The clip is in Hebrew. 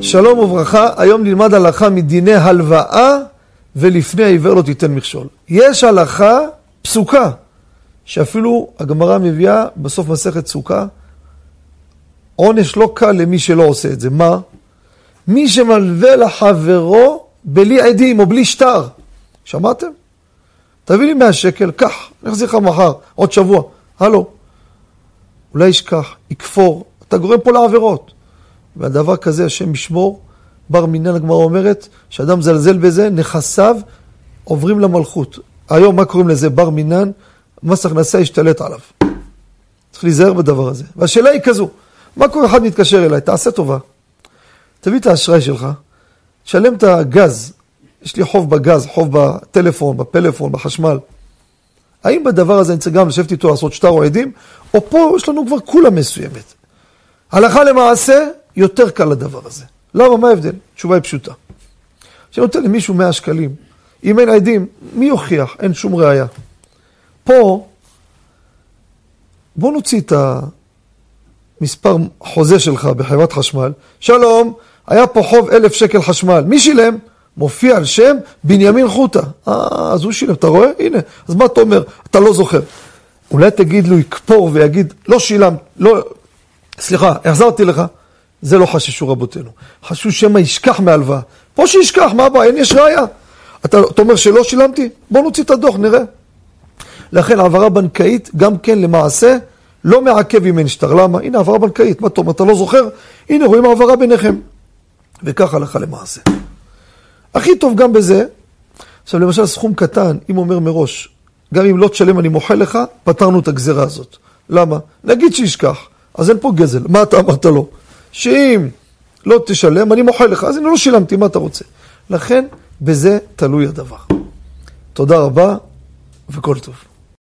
שלום וברכה, היום נלמד הלכה מדיני הלוואה ולפני העיוור לא תיתן מכשול. יש הלכה פסוקה, שאפילו הגמרא מביאה בסוף מסכת סוכה, עונש לא קל למי שלא עושה את זה. מה? מי שמלווה לחברו בלי עדים או בלי שטר. שמעתם? תביא לי 100 שקל, קח, נחזיר לך מחר, עוד שבוע. הלו. אולי ישכח, יכפור, אתה גורם פה לעבירות. והדבר כזה, השם ישמור, בר מינן הגמרא אומרת, שאדם זלזל בזה, נכסיו עוברים למלכות. היום מה קוראים לזה? בר מינן, מס הכנסה ישתלט עליו. צריך להיזהר בדבר הזה. והשאלה היא כזו, מה כל אחד מתקשר אליי? תעשה טובה. תביא את האשראי שלך, תשלם את הגז. יש לי חוב בגז, חוב בטלפון, בפלאפון, בחשמל. האם בדבר הזה אני צריך גם לשבת איתו לעשות שטר או עדים, או פה יש לנו כבר כולה מסוימת. הלכה למעשה, יותר קל לדבר הזה. למה? מה ההבדל? תשובה היא פשוטה. שנותן למישהו 100 שקלים, אם אין עדים, מי יוכיח? אין שום ראייה. פה, בוא נוציא את המספר חוזה שלך בחברת חשמל. שלום, היה פה חוב 1,000 שקל חשמל. מי שילם? מופיע על שם בנימין חוטה. אז הוא שילם, אתה רואה? הנה. אז מה אתה אומר? אתה לא זוכר. אולי תגיד לו, יקפור ויגיד, לא שילם, לא, סליחה, החזרתי לך. זה לא חששו רבותינו. חששו שמה ישכח מהלוואה. פה שישכח, מה הבא? אין יש ראייה. אתה אומר שלא שילמתי? בוא נוציא את הדוח, נראה. לכן העברה בנקאית, גם כן למעשה, לא מעכב אם אין שטר. למה? הנה העברה בנקאית. מה אתה אומר? אתה לא זוכר? הנה רואים העברה ביניכם. וכך הלכה למעשה. הכי טוב גם בזה, עכשיו למשל סכום קטן, אם אומר מראש, גם אם לא תשלם אני מוחל לך, פתרנו את הגזרה הזאת. למה? נגיד שישכח, אז אין פה גזל. מה אתה אמרת לו? שאם לא תשלם אני מוחל לך, אז אני לא שילמתי, מה אתה רוצה? לכן בזה תלוי הדבר. תודה רבה וכל טוב.